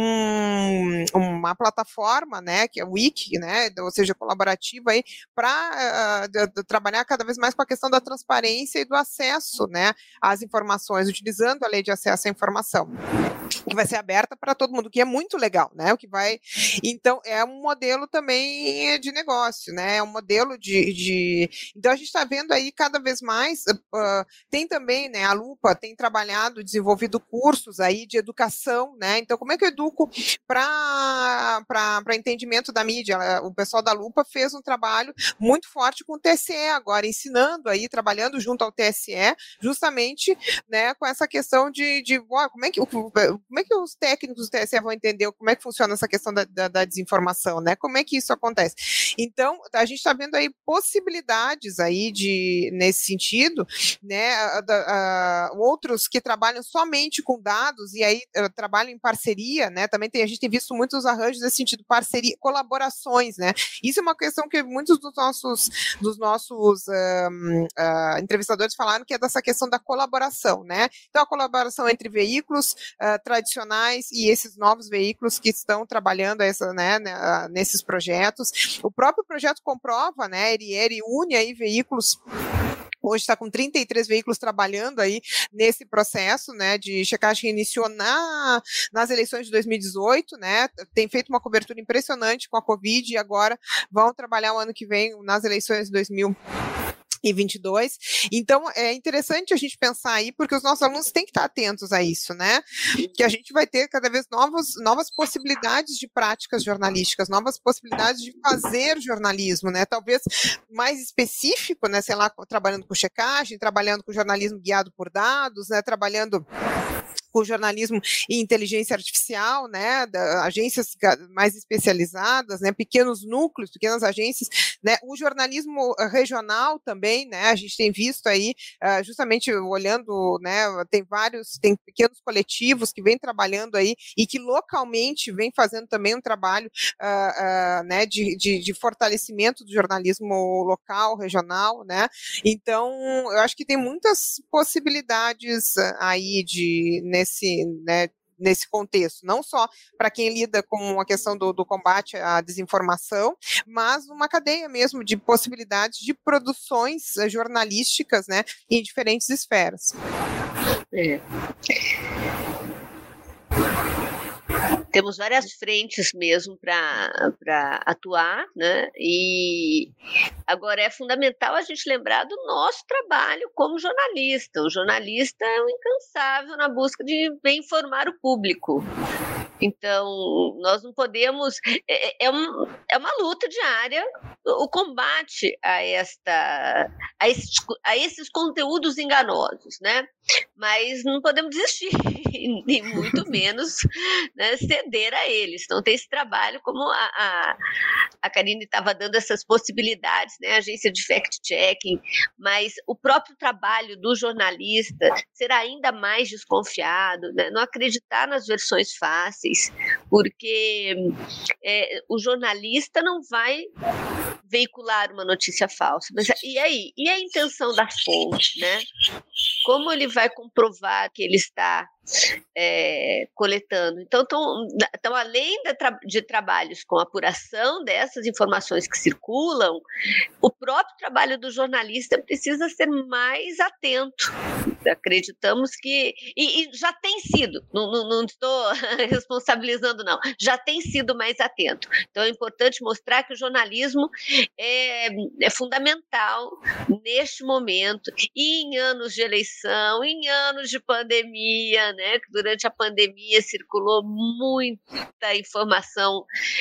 Speaker 5: um, uma plataforma, né, que é o Wiki, né, ou seja, colaborativa aí, para uh, trabalhar cada vez mais com a questão da transparência e do acesso, né, às informações, utilizando a lei de acesso à informação, que vai ser aberta para todo mundo, que é muito legal, né, o que vai, então, é um modelo também de negócio, né, é um modelo de, de... então a gente está vendo aí cada vez mais, uh, tem também, né, a Lupa tem trabalhado, desenvolvido cursos aí de educação, né, então como é que eu educo para para entendimento da mídia? O pessoal da Lupa fez um trabalho muito forte com o T S E agora, ensinando aí, trabalhando junto ao T S E, justamente, né, com essa questão de, de ó, como, é que, como é que os técnicos do T S E vão entender como é que funciona essa questão da, da, da desinformação, né, como é que isso acontece. Então, a gente está vendo aí possibilidades aí de, nesse sentido, né, a, a, a, outros que trabalham somente com dados e aí uh, trabalham em parceria, né, também tem, a gente tem visto muitos arranjos nesse sentido, parceria, colaborações, né, isso é uma questão que muitos dos nossos, dos nossos um, uh, entrevistadores falaram, que é dessa questão da colaboração, né, então a colaboração entre veículos uh, tradicionais e esses novos veículos que estão trabalhando essa, né, uh, nesses projetos. O próprio projeto comprova, né, ele, ele une aí veículos hoje está com trinta e três veículos trabalhando aí nesse processo, né, de checagem que iniciou na, nas eleições de dois mil e dezoito, né, tem feito uma cobertura impressionante com a Covid e agora vão trabalhar o ano que vem nas eleições de dois mil e vinte e dois. Então, é interessante a gente pensar aí, porque os nossos alunos têm que estar atentos a isso, né? Que a gente vai ter cada vez novos, novas possibilidades de práticas jornalísticas, novas possibilidades de fazer jornalismo, né? Talvez mais específico, né? Sei lá, trabalhando com checagem, trabalhando com jornalismo guiado por dados, né? Trabalhando com jornalismo e inteligência artificial, né, da, agências mais especializadas, né, pequenos núcleos, pequenas agências, né, o jornalismo regional também, né, a gente tem visto aí, uh, justamente olhando, né, tem vários, tem pequenos coletivos que vêm trabalhando aí e que localmente vêm fazendo também um trabalho, uh, uh, né, de, de, de fortalecimento do jornalismo local, regional, né, então eu acho que tem muitas possibilidades aí de, nesse Nesse, né, nesse contexto, não só para quem lida com a questão do, do combate à desinformação, mas uma cadeia mesmo de possibilidades de produções jornalísticas, né, em diferentes esferas.
Speaker 4: É. Temos várias frentes mesmo para atuar, né? E agora é fundamental a gente lembrar do nosso trabalho como jornalista. O jornalista é um incansável na busca de bem informar o público. Então, nós não podemos... É, é, um, é uma luta diária o combate a, esta, a, esses, a esses conteúdos enganosos, né? Mas não podemos desistir, nem muito menos, né, ceder a eles. Então, tem esse trabalho, como a, a, a Karine estava dando essas possibilidades, né? A agência de fact-checking, mas o próprio trabalho do jornalista será ainda mais desconfiado, né? Não acreditar nas versões fáceis, porque é, o jornalista não vai veicular uma notícia falsa. Mas e aí? E a intenção da fonte, né? Como ele vai comprovar que ele está é, coletando? Então, tão, tão além de, tra- de trabalhos com apuração dessas informações que circulam, o próprio trabalho do jornalista precisa ser mais atento. Acreditamos que... E, e já tem sido, não, não, não estou responsabilizando, não. Já tem sido mais atento. Então, é importante mostrar que o jornalismo é, é fundamental neste momento, e em anos de eleição, em anos de pandemia, né? Durante a pandemia circulou muita informação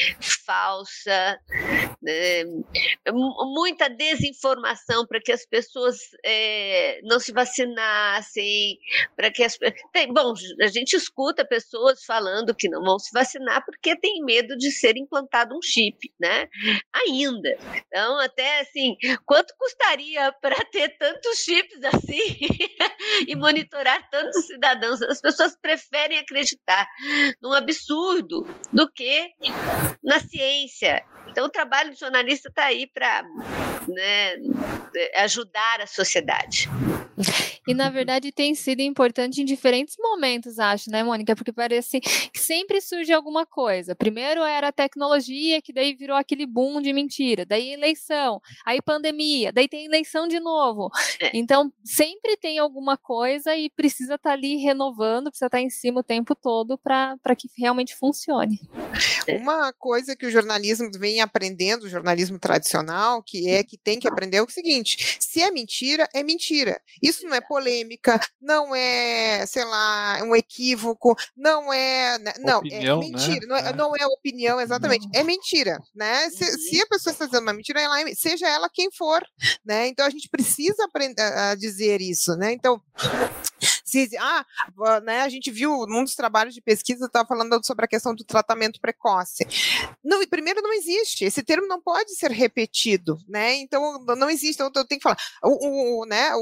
Speaker 4: falsa, né? Muita desinformação para que as pessoas é, não se vacinassem, para que as tem, bom, a gente escuta pessoas falando que não vão se vacinar porque tem medo de ser implantado um chip, né? Ainda. Então, até assim, quanto custaria para ter tantos chips assim e monitorar tantos cidadãos? As pessoas preferem acreditar num absurdo do que na ciência. Então, o trabalho do jornalista está aí para, né, ajudar a sociedade.
Speaker 3: E, na verdade, tem sido importante em diferentes momentos, acho, né, Mônica? Porque parece que sempre surge alguma coisa. Primeiro era a tecnologia, que daí virou aquele boom de mentira. Daí eleição, aí pandemia, daí tem eleição de novo.
Speaker 4: É.
Speaker 3: Então, sempre tem alguma coisa e precisa estar ali renovando, precisa estar em cima o tempo todo para que realmente funcione.
Speaker 5: Uma coisa que o jornalismo vem aprendendo, o jornalismo tradicional, que é que tem que aprender é o seguinte: se é mentira, é mentira. Isso não é polêmica, não é, sei lá, um equívoco, não é, não,
Speaker 2: opinião,
Speaker 5: é mentira,
Speaker 2: né?
Speaker 5: não, é,
Speaker 2: É.
Speaker 5: não é opinião, exatamente, é mentira, né? Se, se a pessoa está dizendo uma mentira, ela é, seja ela quem for, né? Então a gente precisa aprender a dizer isso, né? Então, se, ah, né, a gente viu num dos trabalhos de pesquisa, estava falando sobre a questão do tratamento precoce. Não, primeiro, não existe, esse termo não pode ser repetido, né? Então, não existe, então eu tenho que falar, o, o, né, o,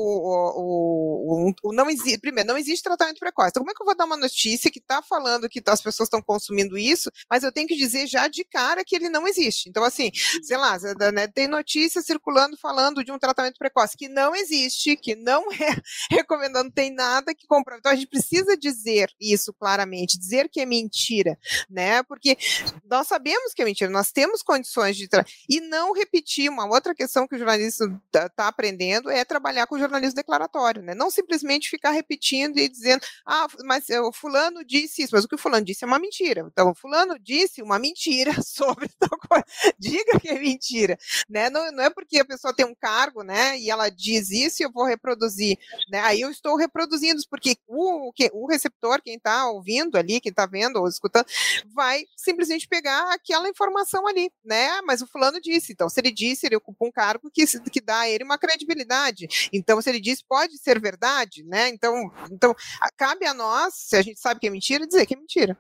Speaker 5: o, o, o não existe, primeiro, não existe tratamento precoce. Então, como é que eu vou dar uma notícia que está falando que as pessoas estão consumindo isso, mas eu tenho que dizer já de cara que ele não existe? Então, assim, sei lá, né, tem notícia circulando falando de um tratamento precoce que não existe, que não é recomendando, tem nada que que comprovar. Então, a gente precisa dizer isso claramente, dizer que é mentira, né? Porque nós sabemos que é mentira, nós temos condições de... Tra... E não repetir. Uma outra questão que o jornalista está aprendendo é trabalhar com o jornalismo declaratório, né? Não simplesmente ficar repetindo e dizendo, ah, mas o fulano disse isso, mas o que o fulano disse é uma mentira. Então, o fulano disse uma mentira sobre tal coisa. Diga que é mentira, né? Não, não é porque a pessoa tem um cargo, né, e ela diz isso e eu vou reproduzir, né? Aí eu estou reproduzindo, porque o, o receptor, quem está ouvindo ali, quem está vendo ou escutando, vai simplesmente pegar aquela informação ali, né? Mas o fulano disse, então se ele disse, ele ocupa um cargo que, que dá a ele uma credibilidade. Então, se ele disse, pode ser verdade, né? Então, então, cabe a nós, se a gente sabe que é mentira, dizer que é mentira.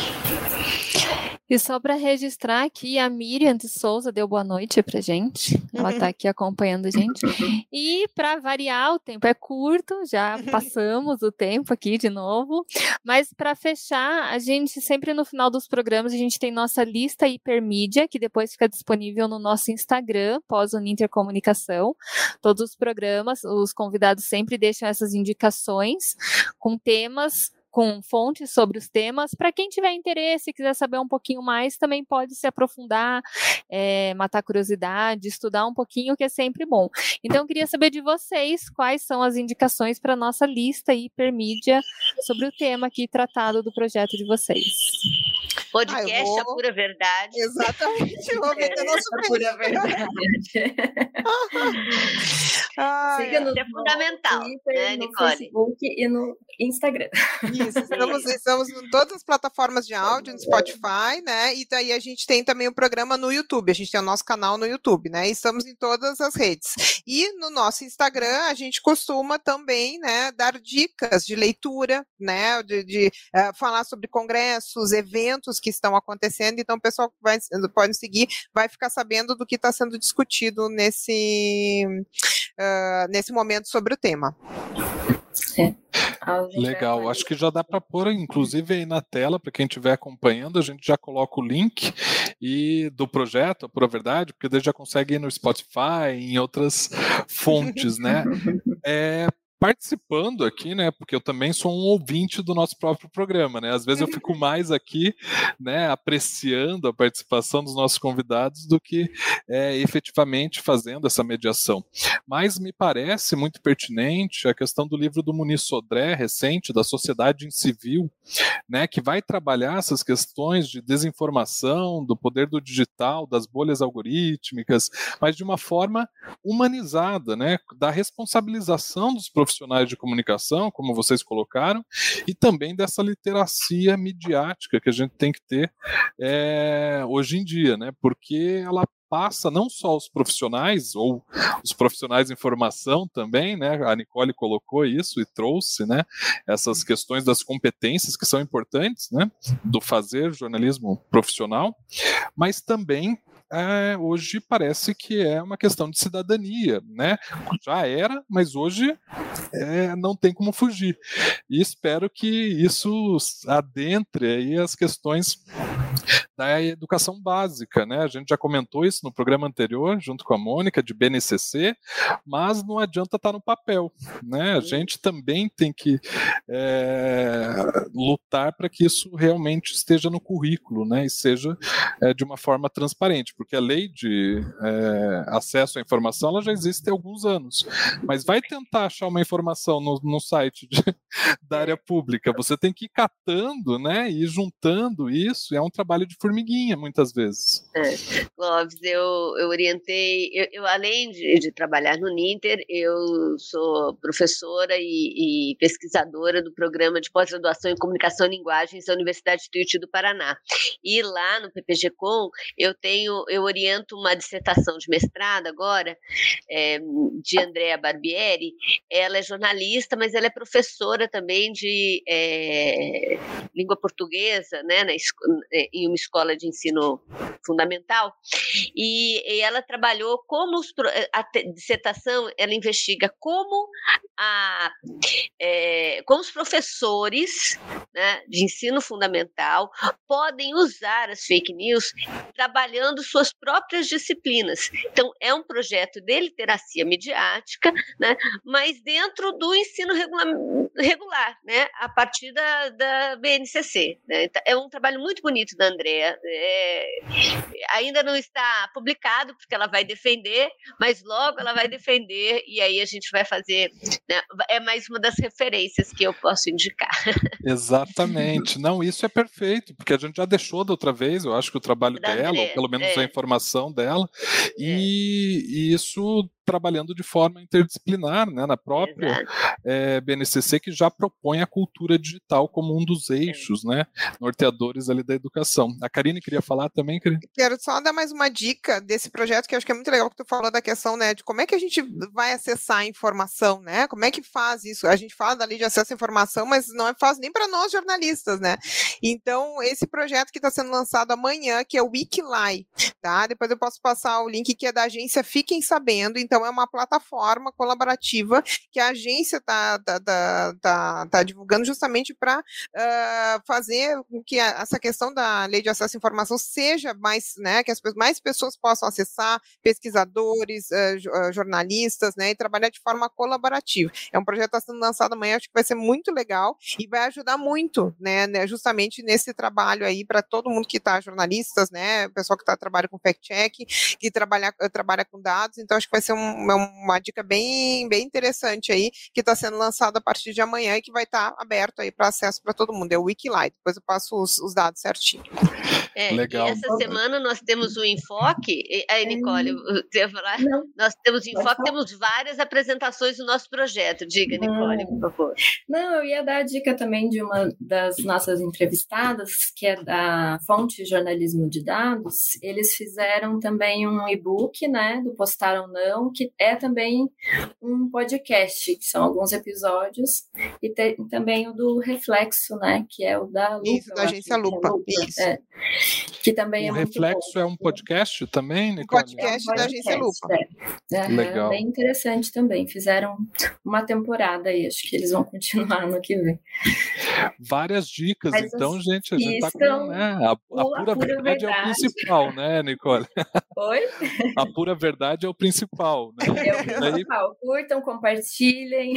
Speaker 3: E só para registrar aqui, a Miriam de Souza deu boa noite pra gente. Ela está aqui acompanhando a gente. E para variar, o tempo é curto, já passamos o tempo aqui de novo. Mas para fechar, a gente sempre no final dos programas, a gente tem nossa lista hipermídia, que depois fica disponível no nosso Instagram, pós-Uninter Comunicação. Todos os programas, os convidados sempre deixam essas indicações com temas, com fontes sobre os temas. Para quem tiver interesse e quiser saber um pouquinho mais, também pode se aprofundar, é, matar curiosidade, estudar um pouquinho, que é sempre bom. Então, eu queria saber de vocês quais são as indicações para a nossa lista hipermídia sobre o tema aqui tratado do projeto de vocês.
Speaker 4: Podcast
Speaker 5: ah, vou...
Speaker 4: A Pura Verdade.
Speaker 5: Exatamente, vou meter nosso
Speaker 6: A Pura Verdade.
Speaker 5: ah,
Speaker 4: Siga no, é fundamental,
Speaker 6: Twitter,
Speaker 4: né,
Speaker 6: no
Speaker 4: Nicole?
Speaker 6: Facebook e no Instagram.
Speaker 5: Isso, estamos, estamos em todas as plataformas de áudio, no Spotify, né? E daí a gente tem também o programa no YouTube, a gente tem o nosso canal no YouTube, né? E estamos em todas as redes. E no nosso Instagram a gente costuma também, né, dar dicas de leitura, né? De, de uh, falar sobre congressos, eventos que estão acontecendo, então o pessoal que vai, pode seguir vai ficar sabendo do que está sendo discutido nesse, uh, nesse momento sobre o tema.
Speaker 6: É.
Speaker 2: Legal, acho que já dá para pôr, inclusive, aí na tela, para quem estiver acompanhando, a gente já coloca o link e do projeto, A Pura Verdade, porque daí já consegue ir no Spotify, em outras fontes, né? É, participando aqui, né, porque eu também sou um ouvinte do nosso próprio programa, né, às vezes eu fico mais aqui, né, apreciando a participação dos nossos convidados do que é, efetivamente fazendo essa mediação, mas me parece muito pertinente a questão do livro do Muniz Sodré, recente, da Sociedade em Civil, né, que vai trabalhar essas questões de desinformação, do poder do digital, das bolhas algorítmicas, mas de uma forma humanizada, né, da responsabilização dos profissionais profissionais de comunicação, como vocês colocaram, e também dessa literacia midiática que a gente tem que ter é, hoje em dia, né? Porque ela passa não só os profissionais, ou os profissionais em formação também, né? A Nicole colocou isso e trouxe, né, essas questões das competências que são importantes, né, do fazer jornalismo profissional, mas também É, hoje parece que é uma questão de cidadania, né? Já era, mas hoje é, não tem como fugir. E espero que isso adentre aí as questões da educação básica, né? A gente já comentou isso no programa anterior, junto com a Mônica, de B N C C, mas não adianta estar no papel, né? A gente também tem que é, lutar para que isso realmente esteja no currículo, né? E seja é, de uma forma transparente, porque a lei de é, acesso à informação ela já existe há alguns anos, mas vai tentar achar uma informação no, no site de, da área pública, você tem que ir catando, né? E ir juntando isso, é um trabalho de formiguinha, muitas vezes.
Speaker 4: É. Clóvis, eu, eu orientei, eu, eu além de, de trabalhar no Ninter, eu sou professora e, e pesquisadora do programa de pós-graduação em Comunicação e Linguagens da Universidade de Tuiuti do Paraná. E lá no P P G Com, eu tenho, eu oriento uma dissertação de mestrado agora, é, de Andrea Barbieri. Ela é jornalista, mas ela é professora também de é, língua portuguesa, né, na, em uma escola de ensino fundamental, e, e ela trabalhou como os, a dissertação, ela investiga como a, é, como os professores, né, de ensino fundamental podem usar as fake news trabalhando suas próprias disciplinas. Então, é um projeto de literacia midiática, né, mas dentro do ensino regular, regular né, a partir da, da B N C C. Né? É um trabalho muito bonito da Andrea. É, ainda não está publicado, porque ela vai defender, mas logo ela vai defender, e aí a gente vai fazer, né, é mais uma das referências que eu posso indicar.
Speaker 2: Exatamente. Não, isso é perfeito, porque a gente já deixou da outra vez, eu acho que o trabalho
Speaker 4: Da
Speaker 2: dela,
Speaker 4: Andrea,
Speaker 2: ou pelo menos
Speaker 4: é.
Speaker 2: a informação dela,
Speaker 4: É.
Speaker 2: e, e isso trabalhando de forma interdisciplinar, né, na própria é, B N C C, que já propõe a cultura digital como um dos eixos, né, norteadores ali da educação. A Karine queria falar também, Karine?
Speaker 5: Quero só dar mais uma dica desse projeto, que eu acho que é muito legal que tu falou da questão, né, de como é que a gente vai acessar a informação, né, como é que faz isso? A gente fala da lei de acesso à informação, mas não é fácil nem para nós jornalistas, né? Então, esse projeto que está sendo lançado amanhã, que é o Wikilai, tá? Depois eu posso passar o link, que é da agência Fiquem Sabendo. Então, é uma plataforma colaborativa que a agência está tá, tá, tá, tá divulgando justamente para uh, fazer com que a, essa questão da lei de acesso à informação seja mais, né, que as mais pessoas possam acessar, pesquisadores, uh, jornalistas, né, e trabalhar de forma colaborativa. É um projeto que está sendo lançado amanhã, acho que vai ser muito legal e vai ajudar muito, né, né justamente nesse trabalho aí para todo mundo que está, jornalistas, né, o pessoal que tá, trabalha com fact-check, que trabalha, trabalha com dados. Então acho que vai ser um, uma dica bem, bem interessante aí, que está sendo lançado a partir de amanhã e que vai estar tá aberto aí para acesso para todo mundo. É o Wikilai, depois eu passo os, os dados certinho.
Speaker 4: É,
Speaker 2: legal.
Speaker 4: E essa semana nós temos o Enfoque. Aí, Nicole, você ia falar?
Speaker 6: Não.
Speaker 4: Nós temos o Enfoque, temos várias apresentações do nosso projeto. Diga, Nicole,
Speaker 6: Hum.
Speaker 4: por favor.
Speaker 6: Não, eu ia dar a dica também de uma das nossas entrevistadas, que é da Fonte Jornalismo de Dados. Eles fizeram também um e-book, né, do Postar ou Não, que é também um podcast, que são alguns episódios, e tem também o do Reflexo, né, que é o da Lupa.
Speaker 5: Isso, da agência Lupa. Isso.
Speaker 6: É, que também
Speaker 2: O
Speaker 6: é
Speaker 2: Reflexo
Speaker 6: muito bom.
Speaker 2: é um podcast também,
Speaker 5: Um
Speaker 2: Nicole?
Speaker 5: podcast
Speaker 6: É um
Speaker 5: da agência Lupa.
Speaker 6: É. É,
Speaker 2: Legal.
Speaker 6: Bem interessante também. Fizeram uma temporada aí, acho que eles vão continuar no que vem.
Speaker 2: Várias dicas,
Speaker 6: Mas
Speaker 2: então, gente, a gente tá com,
Speaker 6: assistam
Speaker 2: né, a, a
Speaker 6: o
Speaker 2: pura,
Speaker 6: A Pura
Speaker 2: verdade, é o
Speaker 6: Verdade.
Speaker 2: principal, né, Nicole?
Speaker 6: Oi?
Speaker 2: A pura verdade é o principal, né?
Speaker 6: É o
Speaker 2: Daí,
Speaker 6: principal. Curtam, compartilhem.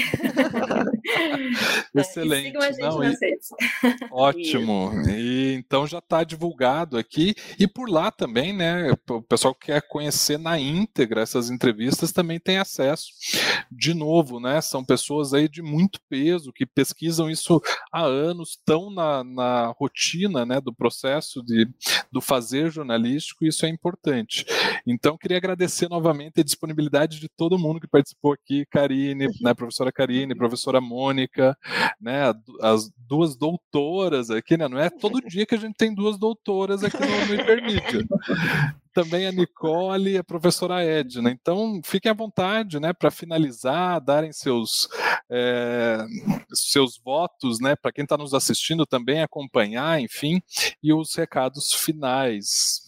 Speaker 2: excelente.
Speaker 6: E sigam a gente
Speaker 2: Não,
Speaker 6: nas
Speaker 2: e-
Speaker 6: redes.
Speaker 2: Ótimo. E, então já está divulgado aqui. E por lá também, né? O pessoal que quer conhecer na íntegra essas entrevistas também tem acesso. De novo, né? São pessoas aí de muito peso que pesquisam isso há anos, estão na, na rotina, né, do processo de, do fazer jornalístico, e isso é importante. Então, queria agradecer novamente a disponibilidade de todo mundo que participou aqui, Karine, né, professora Karine, professora Mônica, né, as duas doutoras aqui, né, não é todo dia que a gente tem duas doutoras aqui no, no Hipermídia. Também a Nicole e a professora Edna. Então, fiquem à vontade, né, para finalizar, darem seus, é, seus votos, né, para quem está nos assistindo também acompanhar, enfim, e os recados finais.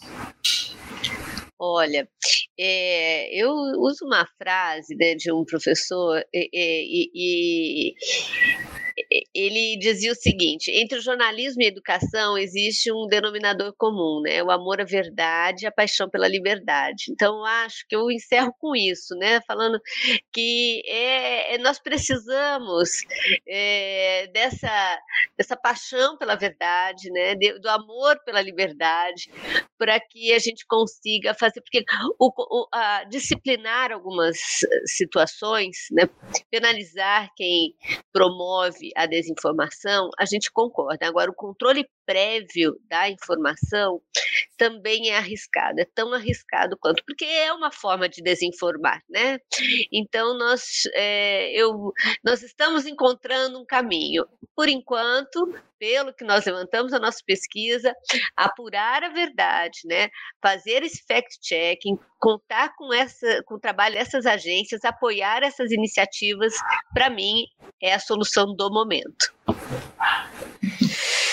Speaker 4: Olha, é, eu uso uma frase, né, de um professor e, e, e ele dizia o seguinte: entre o jornalismo e a educação existe um denominador comum, né? O amor à verdade e a paixão pela liberdade. Então, eu acho que eu encerro com isso, né? Falando que é, nós precisamos é, dessa, dessa paixão pela verdade, né? De, do amor pela liberdade, para que a gente consiga fazer, porque o, o, a, disciplinar algumas situações, né? Penalizar quem promove a desinformação, a gente concorda. Agora, o controle prévio da informação também é arriscado, é tão arriscado quanto, porque é uma forma de desinformar, né? Então, nós, é, eu, nós estamos encontrando um caminho. Por enquanto, pelo que nós levantamos a nossa pesquisa, apurar a verdade, né? Fazer esse fact-checking, contar com, essa, com o trabalho dessas agências, apoiar essas iniciativas, para mim, é a solução do momento.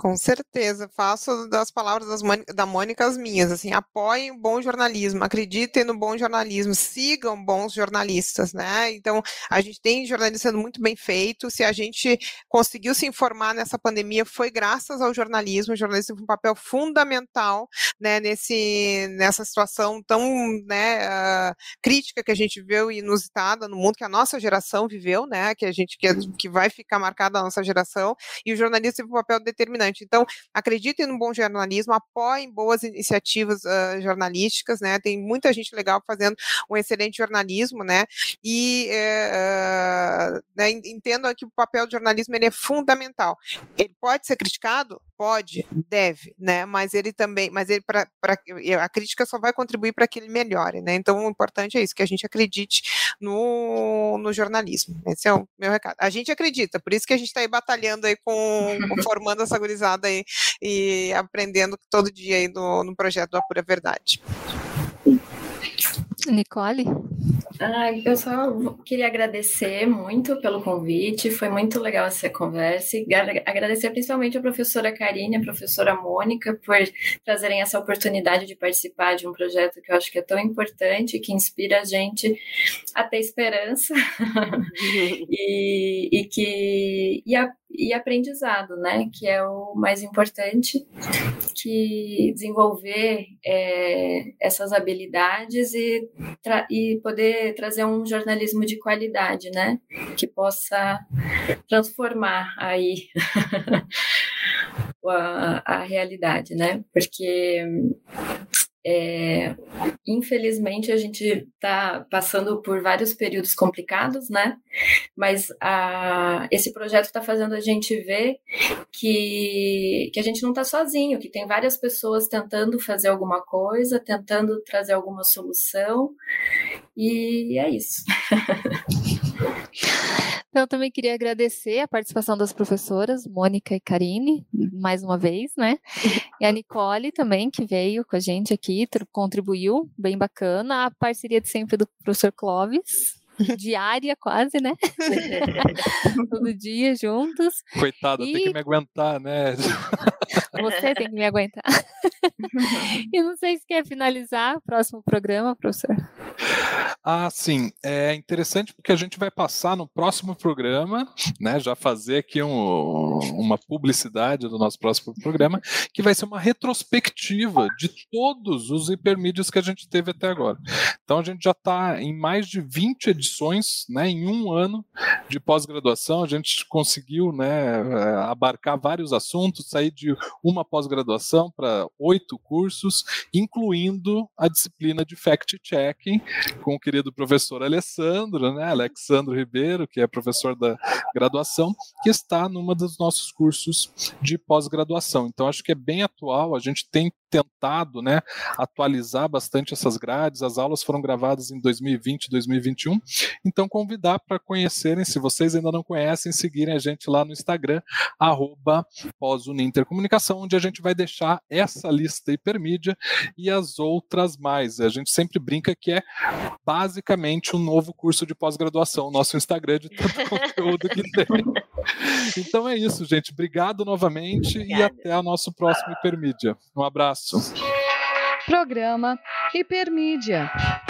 Speaker 5: Com certeza, faço das palavras das Mônica, da Mônica as minhas, assim, apoiem o bom jornalismo, acreditem no bom jornalismo, sigam bons jornalistas, né, então a gente tem jornalismo sendo muito bem feito, se a gente conseguiu se informar nessa pandemia foi graças ao jornalismo, o jornalismo tem um papel fundamental, né, nesse, nessa situação tão, né, uh, crítica que a gente viu e inusitada no mundo, que a nossa geração viveu, né, que a gente, que, que vai ficar marcada a nossa geração, e o jornalismo teve um papel determinante. Então, acreditem no bom jornalismo, apoiem boas iniciativas uh, jornalísticas, né? Tem muita gente legal fazendo um excelente jornalismo, né? E uh, né, entendam que o papel do jornalismo ele é fundamental. Ele pode ser criticado? Pode, deve, né? Mas ele também, mas ele pra, pra, a crítica só vai contribuir para que ele melhore, né? Então, o importante é isso, que a gente acredite no, no jornalismo. Esse é o meu recado. A gente acredita, por isso que a gente está aí batalhando aí com, com formando essa gurizada aí e aprendendo todo dia aí no, no projeto do A Verdade.
Speaker 3: Nicole?
Speaker 6: Ah, eu só queria agradecer muito pelo convite, foi muito legal essa conversa e agradecer principalmente a professora Karine e a professora Mônica por trazerem essa oportunidade de participar de um projeto que eu acho que é tão importante, que inspira a gente a ter esperança e, e, que, e, a, e aprendizado, né, que é o mais importante, que desenvolver é, essas habilidades e, tra- e poder trazer um jornalismo de qualidade, né, que possa transformar aí a, a realidade, né, porque É, infelizmente a gente está passando por vários períodos complicados, né? Mas a, esse projeto está fazendo a gente ver que, que a gente não está sozinho, que tem várias pessoas tentando fazer alguma coisa, tentando trazer alguma solução, e é isso.
Speaker 3: Eu também queria agradecer a participação das professoras, Mônica e Karine, mais uma vez, né? E a Nicole também, que veio com a gente aqui, contribuiu, bem bacana. A parceria de sempre do professor Clóvis, diária quase, né? Todo dia juntos.
Speaker 2: Coitada, e... tem que me aguentar, né?
Speaker 3: Você tem que me aguentar. E não sei se quer finalizar o próximo programa, professor.
Speaker 2: Ah, sim. É interessante porque a gente vai passar no próximo programa, né? Já fazer aqui um, uma publicidade do nosso próximo programa, que vai ser uma retrospectiva de todos os hipermídias que a gente teve até agora. Então a gente já está em mais de vinte edições, né? Em um ano de pós-graduação, a gente conseguiu, né, abarcar vários assuntos, sair de uma pós-graduação para oito cursos, incluindo a disciplina de fact-checking, com o querido professor Alessandro, né, Alexandro Ribeiro, que é professor da graduação, que está numa dos nossos cursos de pós-graduação. Então, acho que é bem atual, a gente tem tentado, né, atualizar bastante essas grades, as aulas foram gravadas em dois mil e vinte, dois mil e vinte e um, então convidar para conhecerem, se vocês ainda não conhecem, seguirem a gente lá no Instagram, arroba pós-unintercomunicação, onde a gente vai deixar essa lista hipermídia e as outras mais. A gente sempre brinca que é basicamente um novo curso de pós-graduação, o nosso Instagram de tanto conteúdo que tem. Então é isso, gente. Obrigado novamente. Obrigada. E até o nosso próximo Hipermídia. Um abraço.
Speaker 1: Programa Hipermídia.